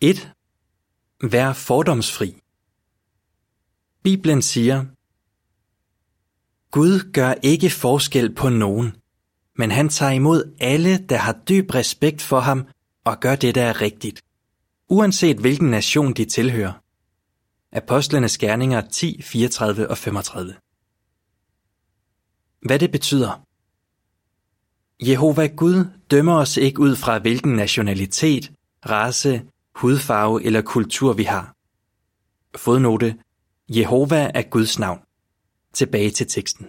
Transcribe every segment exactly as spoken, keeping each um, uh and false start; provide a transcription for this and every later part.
et. Vær fordomsfri. Bibelen siger, Gud gør ikke forskel på nogen, men han tager imod alle, der har dyb respekt for ham og gør det, der er rigtigt, uanset hvilken nation de tilhører. Apostlenes Gerninger ti, fireogtredive og femogtredive. Hvad det betyder? Jehova Gud dømmer os ikke ud fra hvilken nationalitet, race, hudfarve eller kultur vi har. Fodnote: Jehova er Guds navn. Tilbage til teksten.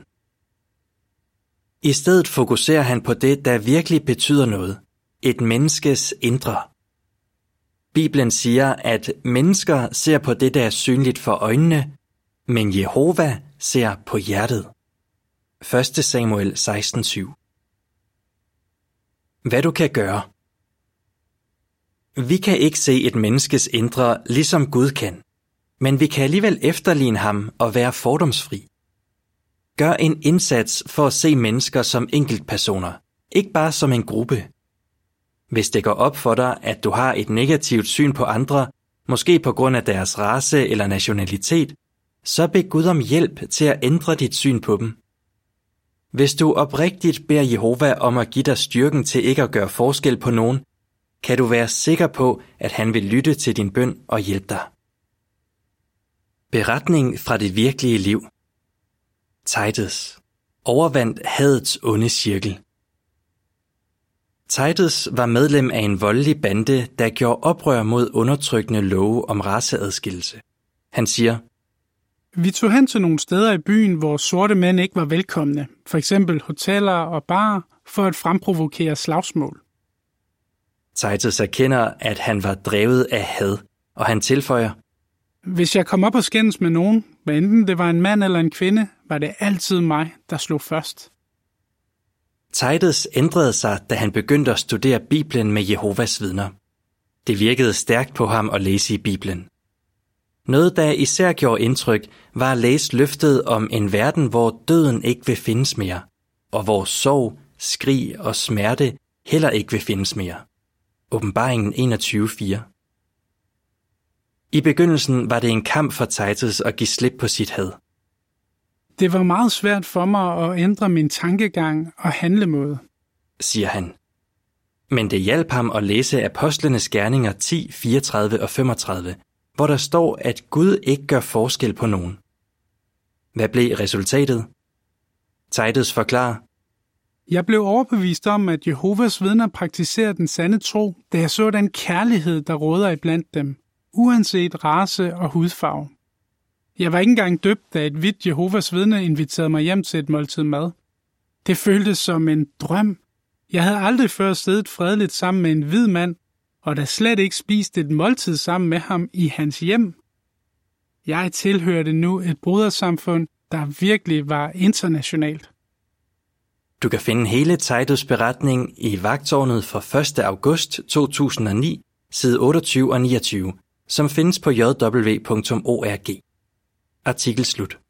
I stedet fokuserer han på det, der virkelig betyder noget. Et menneskes indre. Bibelen siger, at mennesker ser på det, der er synligt for øjnene, men Jehova ser på hjertet. første Samuel seksten syv. Hvad du kan gøre. Vi kan ikke se et menneskes indre, ligesom Gud kan, men vi kan alligevel efterligne ham og være fordomsfri. Gør en indsats for at se mennesker som enkeltpersoner, ikke bare som en gruppe. Hvis det går op for dig, at du har et negativt syn på andre, måske på grund af deres race eller nationalitet, så bed Gud om hjælp til at ændre dit syn på dem. Hvis du oprigtigt beder Jehova om at give dig styrken til ikke at gøre forskel på nogen, kan du være sikker på, at han vil lytte til din bøn og hjælpe dig. Beretning fra det virkelige liv. Titus overvandt hadets onde cirkel. Titus var medlem af en voldelig bande, der gjorde oprør mod undertrykkende love om raceadskillelse. Han siger, Vi tog hen til nogle steder i byen, hvor sorte mænd ikke var velkomne, for eksempel hoteller og barer, for at fremprovokere slagsmål. Titus erkender, at han var drevet af had, og han tilføjer, Hvis jeg kom op og skændes med nogen, hvad enten det var en mand eller en kvinde, var det altid mig, der slog først. Titus ændrede sig, da han begyndte at studere Bibelen med Jehovas vidner. Det virkede stærkt på ham at læse i Bibelen. Noget, der især gjorde indtryk, var at læse løftet om en verden, hvor døden ikke vil findes mere, og hvor sorg, skrig og smerte heller ikke vil findes mere. Åbenbaringen enogtyve fire. I begyndelsen var det en kamp for Titus at give slip på sit had. Det var meget svært for mig at ændre min tankegang og handlemåde, siger han. Men det hjalp ham at læse Apostlenes Gerninger ti, fireogtredive og femogtredive, hvor der står, at Gud ikke gør forskel på nogen. Hvad blev resultatet? Titus forklarer, Jeg blev overbevist om, at Jehovas vidner praktiserer den sande tro, da jeg så den kærlighed, der råder iblandt dem, uanset race og hudfarve. Jeg var ikke engang døbt, da et hvidt Jehovas vidne inviterede mig hjem til et måltid mad. Det føltes som en drøm. Jeg havde aldrig før siddet fredeligt sammen med en hvid mand, og da slet ikke spist et måltid sammen med ham i hans hjem. Jeg tilhørte nu et brodersamfund, der virkelig var internationalt. Du kan finde hele Titus' beretning i Vagttårnet fra første august to tusind og ni, side otteogtyve og niogtyve, som findes på j w punktum org. Artikel slut.